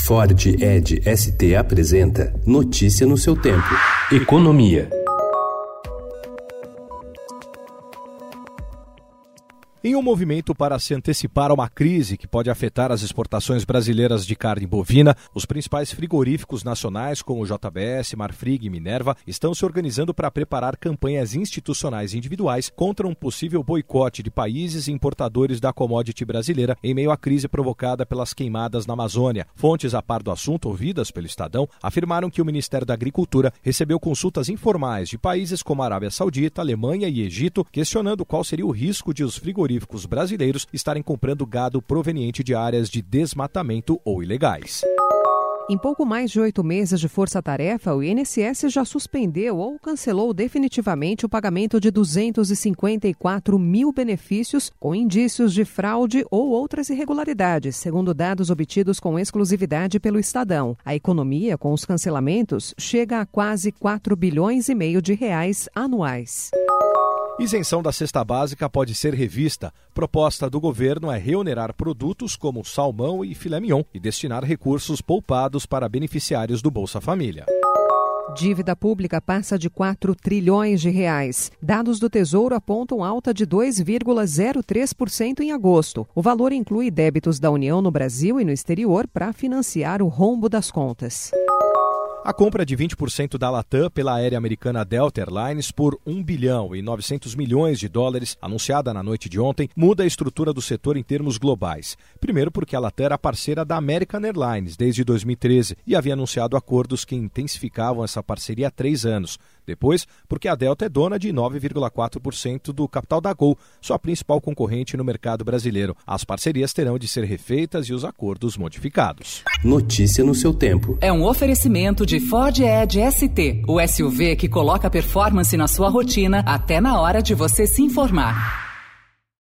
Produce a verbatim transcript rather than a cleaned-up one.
Ford Ed S T apresenta Notícia no seu tempo. Economia. Em um movimento para se antecipar a uma crise que pode afetar as exportações brasileiras de carne bovina, os principais frigoríficos nacionais, como o J B S, Marfrig e Minerva, estão se organizando para preparar campanhas institucionais e individuais contra um possível boicote de países importadores da commodity brasileira em meio à crise provocada pelas queimadas na Amazônia. Fontes a par do assunto, ouvidas pelo Estadão, afirmaram que o Ministério da Agricultura recebeu consultas informais de países como a Arábia Saudita, Alemanha e Egito, questionando qual seria o risco de os frigoríficos brasileiros estarem comprando gado proveniente de áreas de desmatamento ou ilegais. Em pouco mais de oito meses de força-tarefa, o I N S S já suspendeu ou cancelou definitivamente o pagamento de duzentos e cinquenta e quatro mil benefícios com indícios de fraude ou outras irregularidades, segundo dados obtidos com exclusividade pelo Estadão. A economia, com os cancelamentos, chega a quase quatro bilhões e meio de reais anuais. Isenção da cesta básica pode ser revista. Proposta do governo é reonerar produtos como salmão e filé mignon e destinar recursos poupados para beneficiários do Bolsa Família. Dívida pública passa de quatro trilhões de reais. Dados do Tesouro apontam alta de dois vírgula zero três por cento em agosto. O valor inclui débitos da União no Brasil e no exterior para financiar o rombo das contas. A compra de vinte por cento da Latam pela aérea americana Delta Airlines por um bilhão e novecentos milhões de dólares, anunciada na noite de ontem, muda a estrutura do setor em termos globais. Primeiro porque a Latam era parceira da American Airlines desde dois mil e treze e havia anunciado acordos que intensificavam essa parceria há três anos. Depois, porque a Delta é dona de nove vírgula quatro por cento do capital da Gol, sua principal concorrente no mercado brasileiro. As parcerias terão de ser refeitas e os acordos modificados. Notícia no seu tempo. É um oferecimento de Ford Edge S T, o S U V que coloca performance na sua rotina até na hora de você se informar.